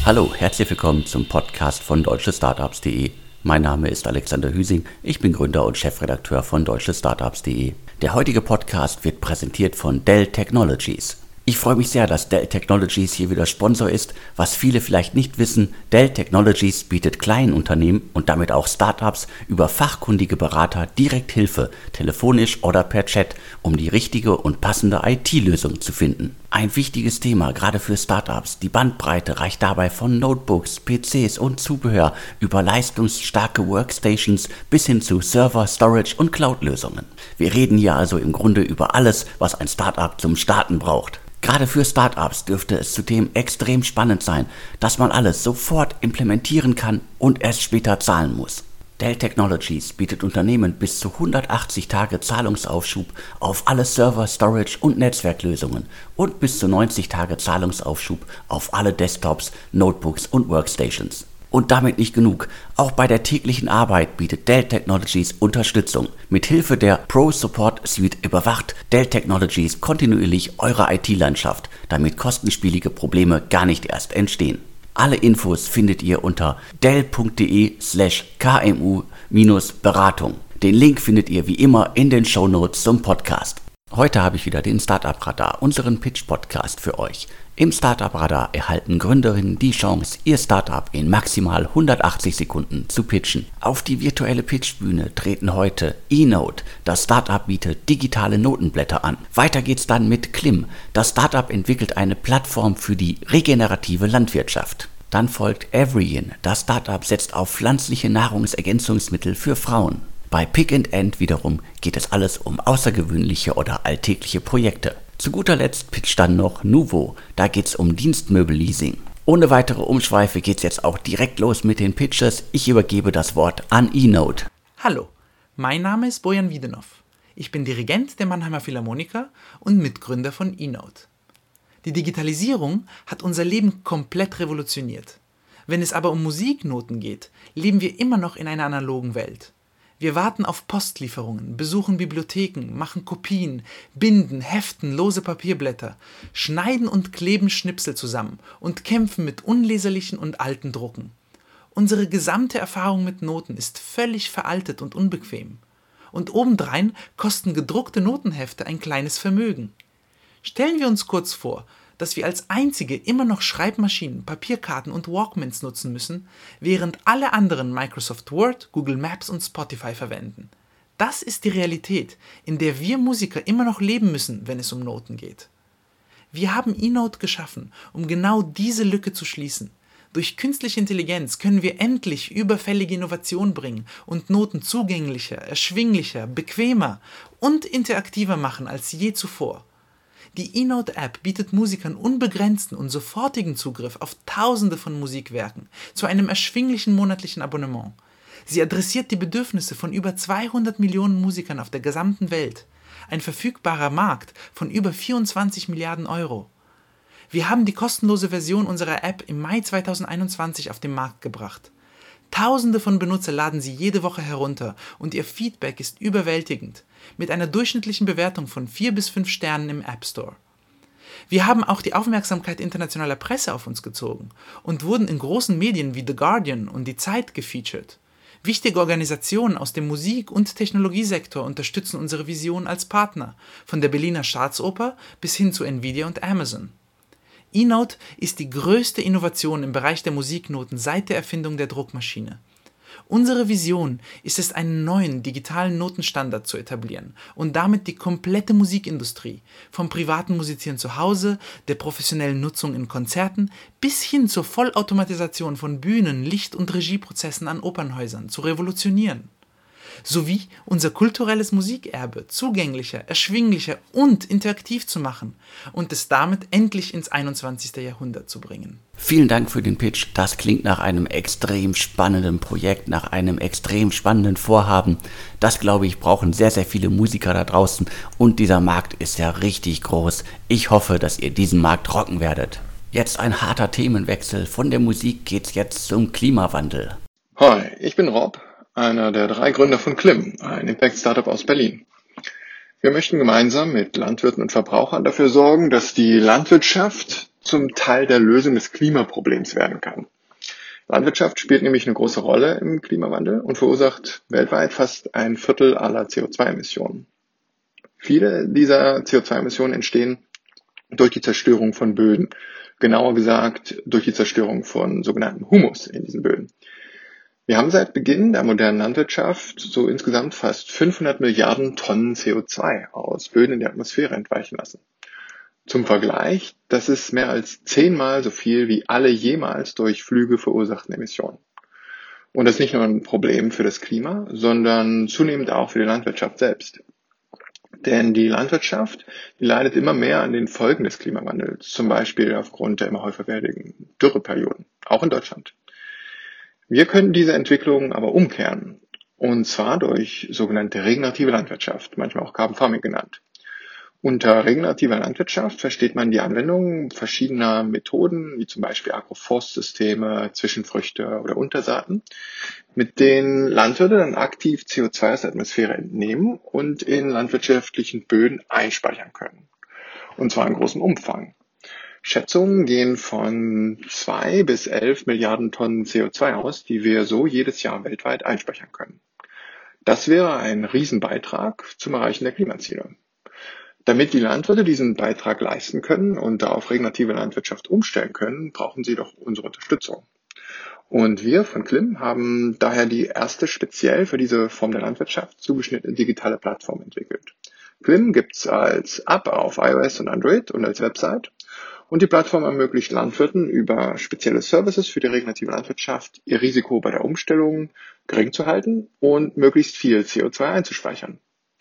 Hallo, herzlich willkommen zum Podcast von deutschestartups.de. Mein Name ist Alexander Hüsing, ich bin Gründer und Chefredakteur von deutschestartups.de. Der heutige Podcast wird präsentiert von Dell Technologies. Ich freue mich sehr, dass Dell Technologies hier wieder Sponsor ist. Was viele vielleicht nicht wissen, Dell Technologies bietet kleinen Unternehmen und damit auch Startups über fachkundige Berater direkt Hilfe, telefonisch oder per Chat, um die richtige und passende IT-Lösung zu finden. Ein wichtiges Thema, gerade für Startups. Die Bandbreite reicht dabei von Notebooks, PCs und Zubehör über leistungsstarke Workstations bis hin zu Server, Storage und Cloud-Lösungen. Wir reden hier also im Grunde über alles, was ein Startup zum Starten braucht. Gerade für Startups dürfte es zudem extrem spannend sein, dass man alles sofort implementieren kann und erst später zahlen muss. Dell Technologies bietet Unternehmen bis zu 180 Tage Zahlungsaufschub auf alle Server, Storage und Netzwerklösungen und bis zu 90 Tage Zahlungsaufschub auf alle Desktops, Notebooks und Workstations. Und damit nicht genug. Auch bei der täglichen Arbeit bietet Dell Technologies Unterstützung. Mithilfe der Pro Support Suite überwacht Dell Technologies kontinuierlich eure IT-Landschaft, damit kostenspielige Probleme gar nicht erst entstehen. Alle Infos findet ihr unter dell.de/kmu-beratung. Den Link findet ihr wie immer in den Shownotes zum Podcast. Heute habe ich wieder den Startup Radar, unseren Pitch-Podcast für euch. Im Startup Radar erhalten Gründerinnen die Chance, ihr Startup in maximal 180 Sekunden zu pitchen. Auf die virtuelle Pitchbühne treten heute eNote. Das Startup bietet digitale Notenblätter an. Weiter geht's dann mit Klim. Das Startup entwickelt eine Plattform für die regenerative Landwirtschaft. Dann folgt Everyin. Das Startup setzt auf pflanzliche Nahrungsergänzungsmittel für Frauen. Bei Pick & End wiederum geht es alles um außergewöhnliche oder alltägliche Projekte. Zu guter Letzt pitcht dann noch Nuvo, da geht's um Dienstmöbelleasing. Ohne weitere Umschweife geht's jetzt auch direkt los mit den Pitches. Ich übergebe das Wort an eNote. Hallo, mein Name ist Bojan Wiedenhoff. Ich bin Dirigent der Mannheimer Philharmoniker und Mitgründer von eNote. Die Digitalisierung hat unser Leben komplett revolutioniert. Wenn es aber um Musiknoten geht, leben wir immer noch in einer analogen Welt. Wir warten auf Postlieferungen, besuchen Bibliotheken, machen Kopien, binden, heften lose Papierblätter, schneiden und kleben Schnipsel zusammen und kämpfen mit unleserlichen und alten Drucken. Unsere gesamte Erfahrung mit Noten ist völlig veraltet und unbequem. Und obendrein kosten gedruckte Notenhefte ein kleines Vermögen. Stellen wir uns kurz vor, dass wir als einzige immer noch Schreibmaschinen, Papierkarten und Walkmans nutzen müssen, während alle anderen Microsoft Word, Google Maps und Spotify verwenden. Das ist die Realität, in der wir Musiker immer noch leben müssen, wenn es um Noten geht. Wir haben eNote geschaffen, um genau diese Lücke zu schließen. Durch künstliche Intelligenz können wir endlich überfällige Innovationen bringen und Noten zugänglicher, erschwinglicher, bequemer und interaktiver machen als je zuvor. Die eNote-App bietet Musikern unbegrenzten und sofortigen Zugriff auf Tausende von Musikwerken zu einem erschwinglichen monatlichen Abonnement. Sie adressiert die Bedürfnisse von über 200 Millionen Musikern auf der gesamten Welt. Ein verfügbarer Markt von über 24 Milliarden Euro. Wir haben die kostenlose Version unserer App im Mai 2021 auf den Markt gebracht. Tausende von Benutzer laden sie jede Woche herunter und ihr Feedback ist überwältigend, mit einer durchschnittlichen Bewertung von 4 bis 5 Sternen im App Store. Wir haben auch die Aufmerksamkeit internationaler Presse auf uns gezogen und wurden in großen Medien wie The Guardian und Die Zeit gefeatured. Wichtige Organisationen aus dem Musik- und Technologiesektor unterstützen unsere Vision als Partner, von der Berliner Staatsoper bis hin zu Nvidia und Amazon. eNote ist die größte Innovation im Bereich der Musiknoten seit der Erfindung der Druckmaschine. Unsere Vision ist es, einen neuen digitalen Notenstandard zu etablieren und damit die komplette Musikindustrie, vom privaten Musizieren zu Hause, der professionellen Nutzung in Konzerten bis hin zur Vollautomatisation von Bühnen, Licht- und Regieprozessen an Opernhäusern zu revolutionieren. Sowie unser kulturelles Musikerbe zugänglicher, erschwinglicher und interaktiv zu machen und es damit endlich ins 21. Jahrhundert zu bringen. Vielen Dank für den Pitch. Das klingt nach einem extrem spannenden Projekt, nach einem extrem spannenden Vorhaben. Das, glaube ich, brauchen sehr, sehr viele Musiker da draußen und dieser Markt ist ja richtig groß. Ich hoffe, dass ihr diesen Markt rocken werdet. Jetzt ein harter Themenwechsel. Von der Musik geht's jetzt zum Klimawandel. Hi, ich bin Rob, einer der 3 Gründer von Klim, ein Impact-Startup aus Berlin. Wir möchten gemeinsam mit Landwirten und Verbrauchern dafür sorgen, dass die Landwirtschaft zum Teil der Lösung des Klimaproblems werden kann. Landwirtschaft spielt nämlich eine große Rolle im Klimawandel und verursacht weltweit fast ein Viertel aller CO2-Emissionen. Viele dieser CO2-Emissionen entstehen durch die Zerstörung von Böden, genauer gesagt durch die Zerstörung von sogenanntem Humus in diesen Böden. Wir haben seit Beginn der modernen Landwirtschaft so insgesamt fast 500 Milliarden Tonnen CO2 aus Böden in die Atmosphäre entweichen lassen. Zum Vergleich, das ist mehr als 10-mal so viel wie alle jemals durch Flüge verursachten Emissionen. Und das ist nicht nur ein Problem für das Klima, sondern zunehmend auch für die Landwirtschaft selbst. Denn die Landwirtschaft, die leidet immer mehr an den Folgen des Klimawandels, zum Beispiel aufgrund der immer häufiger werdenden Dürreperioden, auch in Deutschland. Wir können diese Entwicklung aber umkehren, und zwar durch sogenannte regenerative Landwirtschaft, manchmal auch Carbon Farming genannt. Unter regenerativer Landwirtschaft versteht man die Anwendung verschiedener Methoden, wie zum Beispiel Agroforstsysteme, Zwischenfrüchte oder Untersaaten, mit denen Landwirte dann aktiv CO2 aus der Atmosphäre entnehmen und in landwirtschaftlichen Böden einspeichern können. Und zwar in großem Umfang. Schätzungen gehen von 2 bis 11 Milliarden Tonnen CO2 aus, die wir so jedes Jahr weltweit einspeichern können. Das wäre ein Riesenbeitrag zum Erreichen der Klimaziele. Damit die Landwirte diesen Beitrag leisten können und auf regenerative Landwirtschaft umstellen können, brauchen sie doch unsere Unterstützung. Und wir von Klim haben daher die erste speziell für diese Form der Landwirtschaft zugeschnittene digitale Plattform entwickelt. Klim gibt's als App auf iOS und Android und als Website. Und die Plattform ermöglicht Landwirten über spezielle Services für die regenerative Landwirtschaft ihr Risiko bei der Umstellung gering zu halten und möglichst viel CO2 einzuspeichern.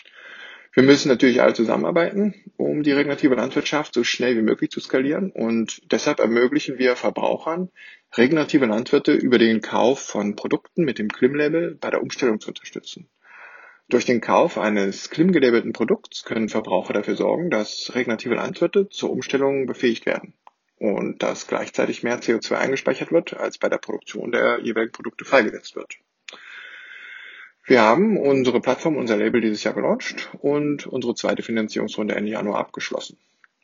Wir müssen natürlich alle zusammenarbeiten, um die regenerative Landwirtschaft so schnell wie möglich zu skalieren, und deshalb ermöglichen wir Verbrauchern, regenerative Landwirte über den Kauf von Produkten mit dem Klim-Label bei der Umstellung zu unterstützen. Durch den Kauf eines Klim-gelabelten Produkts können Verbraucher dafür sorgen, dass regenerative Landwirte zur Umstellung befähigt werden und dass gleichzeitig mehr CO2 eingespeichert wird, als bei der Produktion der jeweiligen Produkte freigesetzt wird. Wir haben unsere Plattform, unser Label dieses Jahr gelauncht und unsere zweite Finanzierungsrunde Ende Januar abgeschlossen.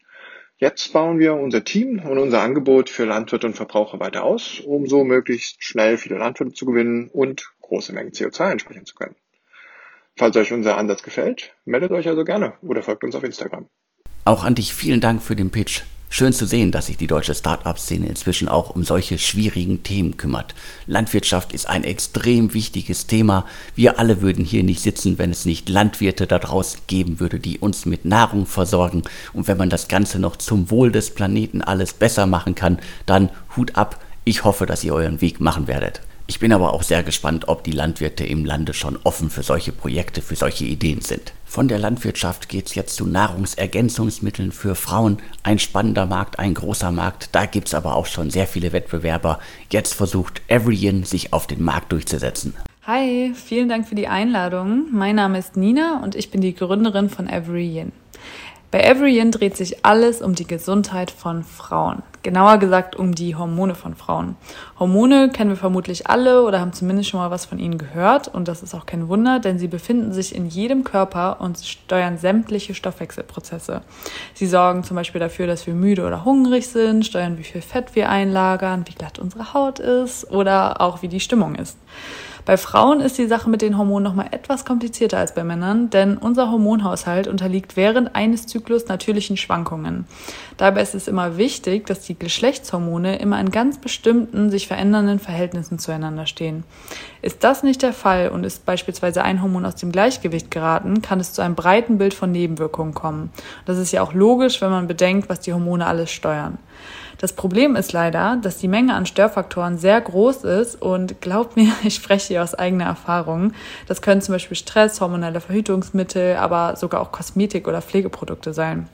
Jetzt bauen wir unser Team und unser Angebot für Landwirte und Verbraucher weiter aus, um so möglichst schnell viele Landwirte zu gewinnen und große Mengen CO2 einspeichern zu können. Falls euch unser Ansatz gefällt, meldet euch also gerne oder folgt uns auf Instagram. Auch an dich vielen Dank für den Pitch. Schön zu sehen, dass sich die deutsche Start-up-Szene inzwischen auch um solche schwierigen Themen kümmert. Landwirtschaft ist ein extrem wichtiges Thema. Wir alle würden hier nicht sitzen, wenn es nicht Landwirte da draußen geben würde, die uns mit Nahrung versorgen. Und wenn man das Ganze noch zum Wohl des Planeten alles besser machen kann, dann Hut ab. Ich hoffe, dass ihr euren Weg machen werdet. Ich bin aber auch sehr gespannt, ob die Landwirte im Lande schon offen für solche Projekte, für solche Ideen sind. Von der Landwirtschaft geht's jetzt zu Nahrungsergänzungsmitteln für Frauen. Ein spannender Markt, ein großer Markt. Da gibt's aber auch schon sehr viele Wettbewerber. Jetzt versucht Everyin sich auf den Markt durchzusetzen. Hi, vielen Dank für die Einladung. Mein Name ist Nina und ich bin die Gründerin von Everyin. Bei Everyin dreht sich alles um die Gesundheit von Frauen. Genauer gesagt um die Hormone von Frauen. Hormone kennen wir vermutlich alle oder haben zumindest schon mal was von ihnen gehört. Und das ist auch kein Wunder, denn sie befinden sich in jedem Körper und steuern sämtliche Stoffwechselprozesse. Sie sorgen zum Beispiel dafür, dass wir müde oder hungrig sind, steuern, wie viel Fett wir einlagern, wie glatt unsere Haut ist oder auch wie die Stimmung ist. Bei Frauen ist die Sache mit den Hormonen nochmal etwas komplizierter als bei Männern, denn unser Hormonhaushalt unterliegt während eines Zyklus natürlichen Schwankungen. Dabei ist es immer wichtig, dass die Geschlechtshormone immer in ganz bestimmten, sich verändernden Verhältnissen zueinander stehen. Ist das nicht der Fall und ist beispielsweise ein Hormon aus dem Gleichgewicht geraten, kann es zu einem breiten Bild von Nebenwirkungen kommen. Das ist ja auch logisch, wenn man bedenkt, was die Hormone alles steuern. Das Problem ist leider, dass die Menge an Störfaktoren sehr groß ist und glaubt mir, ich spreche hier aus eigener Erfahrung. Das können zum Beispiel Stress, hormonelle Verhütungsmittel, aber sogar auch Kosmetik- oder Pflegeprodukte sein.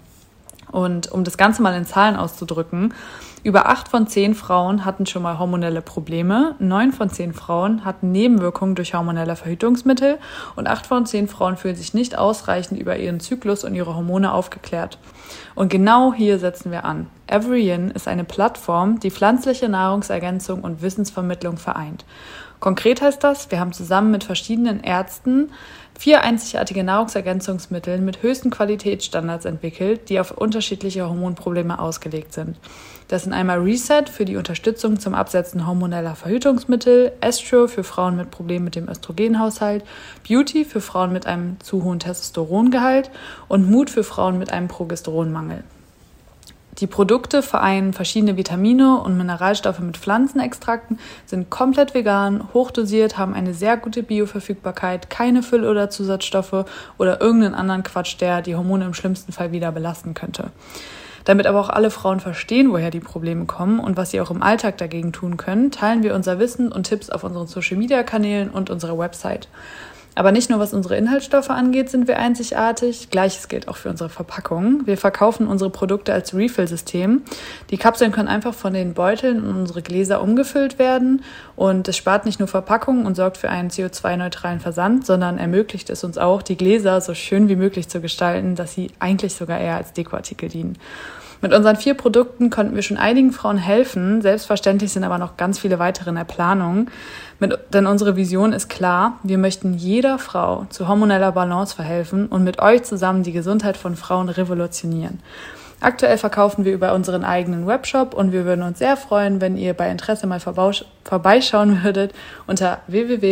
Und um das Ganze mal in Zahlen auszudrücken, über 8 von 10 Frauen hatten schon mal hormonelle Probleme, 9 von 10 Frauen hatten Nebenwirkungen durch hormonelle Verhütungsmittel und 8 von 10 Frauen fühlen sich nicht ausreichend über ihren Zyklus und ihre Hormone aufgeklärt. Und genau hier setzen wir an. Everyin ist eine Plattform, die pflanzliche Nahrungsergänzung und Wissensvermittlung vereint. Konkret heißt das, wir haben zusammen mit verschiedenen Ärzten 4 einzigartige Nahrungsergänzungsmittel mit höchsten Qualitätsstandards entwickelt, die auf unterschiedliche Hormonprobleme ausgelegt sind. Das sind einmal Reset für die Unterstützung zum Absetzen hormoneller Verhütungsmittel, Estro für Frauen mit Problemen mit dem Östrogenhaushalt, Beauty für Frauen mit einem zu hohen Testosterongehalt und Mut für Frauen mit einem Progesteronmangel. Die Produkte vereinen verschiedene Vitamine und Mineralstoffe mit Pflanzenextrakten, sind komplett vegan, hochdosiert, haben eine sehr gute Bioverfügbarkeit, keine Füll- oder Zusatzstoffe oder irgendeinen anderen Quatsch, der die Hormone im schlimmsten Fall wieder belasten könnte. Damit aber auch alle Frauen verstehen, woher die Probleme kommen und was sie auch im Alltag dagegen tun können, teilen wir unser Wissen und Tipps auf unseren Social-Media-Kanälen und unserer Website. Aber nicht nur was unsere Inhaltsstoffe angeht, sind wir einzigartig. Gleiches gilt auch für unsere Verpackungen. Wir verkaufen unsere Produkte als Refill-System. Die Kapseln können einfach von den Beuteln in unsere Gläser umgefüllt werden. Und es spart nicht nur Verpackungen und sorgt für einen CO2-neutralen Versand, sondern ermöglicht es uns auch, die Gläser so schön wie möglich zu gestalten, dass sie eigentlich sogar eher als Dekoartikel dienen. Mit unseren 4 Produkten konnten wir schon einigen Frauen helfen. Selbstverständlich sind aber noch ganz viele weitere in der Planung. Denn unsere Vision ist klar, wir möchten jeder Frau zu hormoneller Balance verhelfen und mit euch zusammen die Gesundheit von Frauen revolutionieren. Aktuell verkaufen wir über unseren eigenen Webshop und wir würden uns sehr freuen, wenn ihr bei Interesse mal vorbeischauen würdet unter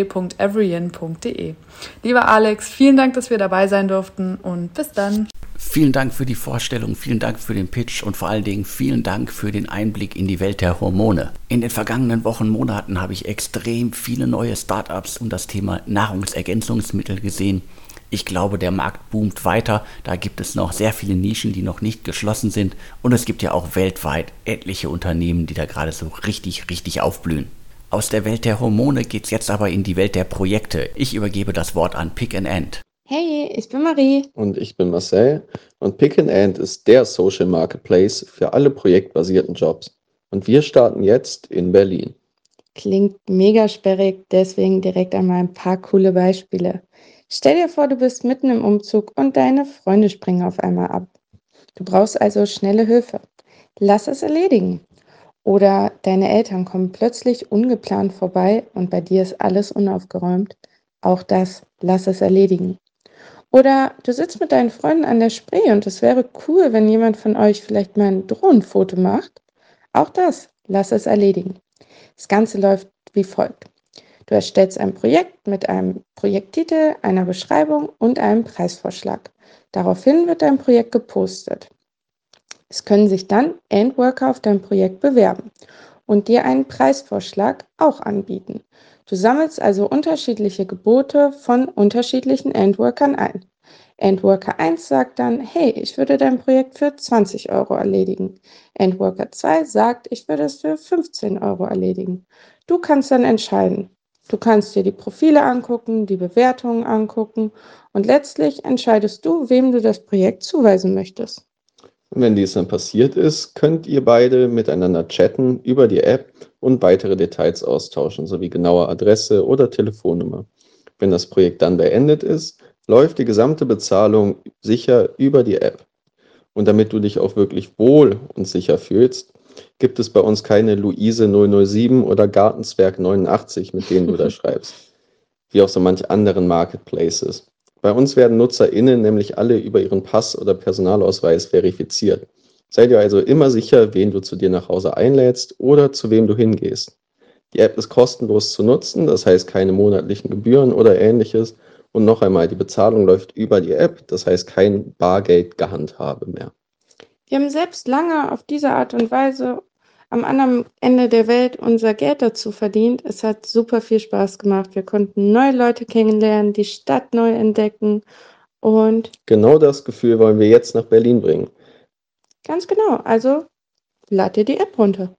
www.everyin.de. Lieber Alex, vielen Dank, dass wir dabei sein durften und bis dann. Vielen Dank für die Vorstellung, vielen Dank für den Pitch und vor allen Dingen vielen Dank für den Einblick in die Welt der Hormone. In den vergangenen Wochen, Monaten habe ich extrem viele neue Startups um das Thema Nahrungsergänzungsmittel gesehen. Ich glaube, der Markt boomt weiter, da gibt es noch sehr viele Nischen, die noch nicht geschlossen sind und es gibt ja auch weltweit etliche Unternehmen, die da gerade so richtig aufblühen. Aus der Welt der Hormone geht's jetzt aber in die Welt der Projekte. Ich übergebe das Wort an Pick & End. Hey, ich bin Marie. Und ich bin Marcel und Pick & End ist der Social Marketplace für alle projektbasierten Jobs. Und wir starten jetzt in Berlin. Klingt mega sperrig, deswegen direkt einmal ein paar coole Beispiele. Stell dir vor, du bist mitten im Umzug und deine Freunde springen auf einmal ab. Du brauchst also schnelle Hilfe. Lass es erledigen. Oder deine Eltern kommen plötzlich ungeplant vorbei und bei dir ist alles unaufgeräumt. Auch das, lass es erledigen. Oder du sitzt mit deinen Freunden an der Spree und es wäre cool, wenn jemand von euch vielleicht mal ein Drohnenfoto macht. Auch das, lass es erledigen. Das Ganze läuft wie folgt. Du erstellst ein Projekt mit einem Projekttitel, einer Beschreibung und einem Preisvorschlag. Daraufhin wird dein Projekt gepostet. Es können sich dann Endworker auf dein Projekt bewerben und dir einen Preisvorschlag auch anbieten. Du sammelst also unterschiedliche Gebote von unterschiedlichen Endworkern ein. Endworker 1 sagt dann, hey, ich würde dein Projekt für 20 € erledigen. Endworker 2 sagt, ich würde es für 15 € erledigen. Du kannst dann entscheiden. Du kannst dir die Profile angucken, die Bewertungen angucken und letztlich entscheidest du, wem du das Projekt zuweisen möchtest. Und wenn dies dann passiert ist, könnt ihr beide miteinander chatten über die App und weitere Details austauschen, sowie genaue Adresse oder Telefonnummer. Wenn das Projekt dann beendet ist, läuft die gesamte Bezahlung sicher über die App. Und damit du dich auch wirklich wohl und sicher fühlst, gibt es bei uns keine Luise 007 oder Gartenzwerg 89, mit denen du da schreibst, wie auf so manch anderen Marketplaces. Bei uns werden NutzerInnen nämlich alle über ihren Pass oder Personalausweis verifiziert. Sei dir also immer sicher, wen du zu dir nach Hause einlädst oder zu wem du hingehst. Die App ist kostenlos zu nutzen, das heißt keine monatlichen Gebühren oder ähnliches. Und noch einmal, die Bezahlung läuft über die App, das heißt kein Bargeldgehandhabe mehr. Wir haben selbst lange auf diese Art und Weise am anderen Ende der Welt unser Geld dazu verdient. Es hat super viel Spaß gemacht. Wir konnten neue Leute kennenlernen, die Stadt neu entdecken und Genau das Gefühl wollen wir jetzt nach Berlin bringen. ganz genau, also lad dir die App runter.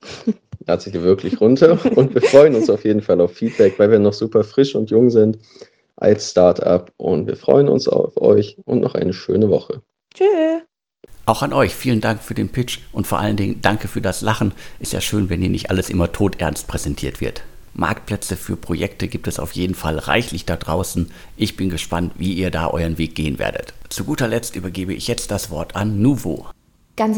Lad sich die wirklich runter und wir freuen uns auf jeden Fall auf Feedback, weil wir noch super frisch und jung sind als Startup und wir freuen uns auf euch und noch eine schöne Woche. Tschüss. Auch an euch vielen Dank für den Pitch und vor allen Dingen danke für das Lachen. Ist ja schön, wenn hier nicht alles immer todernst präsentiert wird. Marktplätze für Projekte gibt es auf jeden Fall reichlich da draußen. Ich bin gespannt, wie ihr da euren Weg gehen werdet. Zu guter Letzt übergebe ich jetzt das Wort an Nuvo. Ganze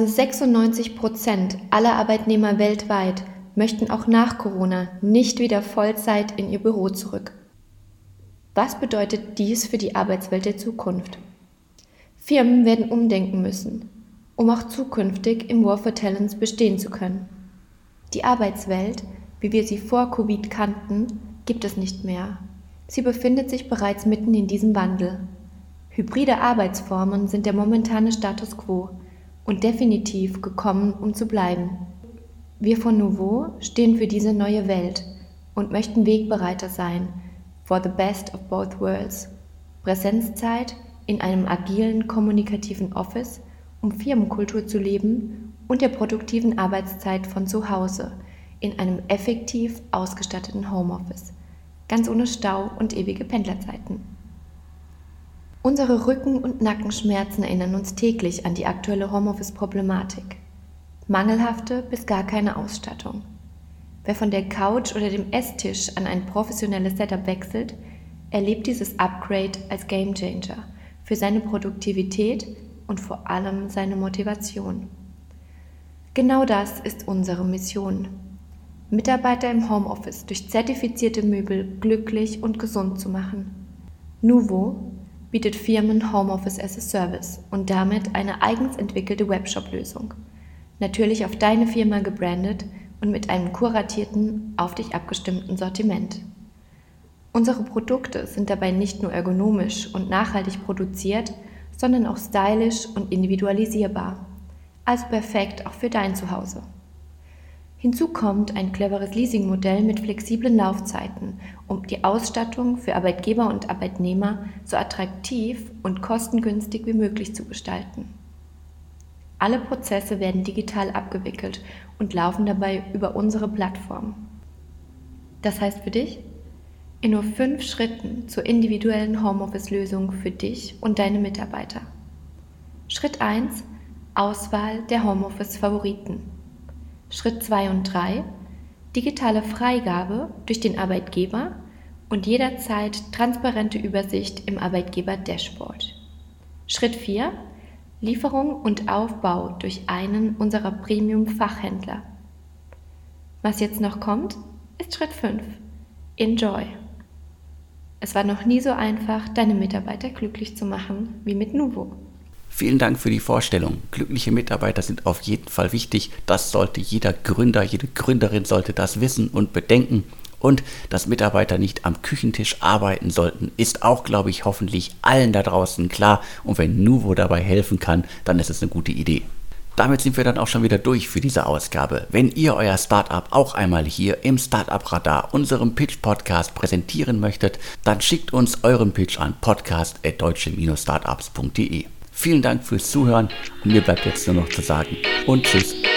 96% aller Arbeitnehmer weltweit möchten auch nach Corona nicht wieder Vollzeit in ihr Büro zurück. Was bedeutet dies für die Arbeitswelt der Zukunft? Firmen werden umdenken müssen, um auch zukünftig im War for Talents bestehen zu können. Die Arbeitswelt, wie wir sie vor Covid kannten, gibt es nicht mehr. Sie befindet sich bereits mitten in diesem Wandel. Hybride Arbeitsformen sind der momentane Status quo und definitiv gekommen, um zu bleiben. Wir von Nouveau stehen für diese neue Welt und möchten Wegbereiter sein for the best of both worlds. Präsenzzeit in einem agilen, kommunikativen Office, um Firmenkultur zu leben, und der produktiven Arbeitszeit von zu Hause in einem effektiv ausgestatteten Homeoffice, ganz ohne Stau und ewige Pendlerzeiten. Unsere Rücken- und Nackenschmerzen erinnern uns täglich an die aktuelle Homeoffice-Problematik. Mangelhafte bis gar keine Ausstattung. Wer von der Couch oder dem Esstisch an ein professionelles Setup wechselt, erlebt dieses Upgrade als Gamechanger für seine Produktivität und vor allem seine Motivation. Genau das ist unsere Mission. Mitarbeiter im Homeoffice durch zertifizierte Möbel glücklich und gesund zu machen. Nouveau bietet Firmen Homeoffice as a Service und damit eine eigens entwickelte Webshop-Lösung. Natürlich auf deine Firma gebrandet und mit einem kuratierten, auf dich abgestimmten Sortiment. Unsere Produkte sind dabei nicht nur ergonomisch und nachhaltig produziert, sondern auch stylisch und individualisierbar. Also perfekt auch für dein Zuhause. Hinzu kommt ein cleveres Leasingmodell mit flexiblen Laufzeiten, um die Ausstattung für Arbeitgeber und Arbeitnehmer so attraktiv und kostengünstig wie möglich zu gestalten. Alle Prozesse werden digital abgewickelt und laufen dabei über unsere Plattform. Das heißt für dich, in nur 5 Schritten zur individuellen Homeoffice-Lösung für dich und deine Mitarbeiter. Schritt 1: Auswahl der Homeoffice-Favoriten. Schritt 2 und 3: digitale Freigabe durch den Arbeitgeber und jederzeit transparente Übersicht im Arbeitgeber-Dashboard. Schritt 4: Lieferung und Aufbau durch einen unserer Premium-Fachhändler. Was jetzt noch kommt, ist Schritt 5: Enjoy. Es war noch nie so einfach, deine Mitarbeiter glücklich zu machen wie mit Nouveau. Vielen Dank für die Vorstellung. Glückliche Mitarbeiter sind auf jeden Fall wichtig. Das sollte jeder Gründer, jede Gründerin sollte das wissen und bedenken. Und dass Mitarbeiter nicht am Küchentisch arbeiten sollten, ist auch, glaube ich, hoffentlich allen da draußen klar. Und wenn Nouveau dabei helfen kann, dann ist es eine gute Idee. Damit sind wir dann auch schon wieder durch für diese Ausgabe. Wenn ihr euer Startup auch einmal hier im Startup Radar, unserem Pitch-Podcast, präsentieren möchtet, dann schickt uns euren Pitch an podcast@deutsche-startups.de. Vielen Dank fürs Zuhören und mir bleibt jetzt nur noch zu sagen und tschüss.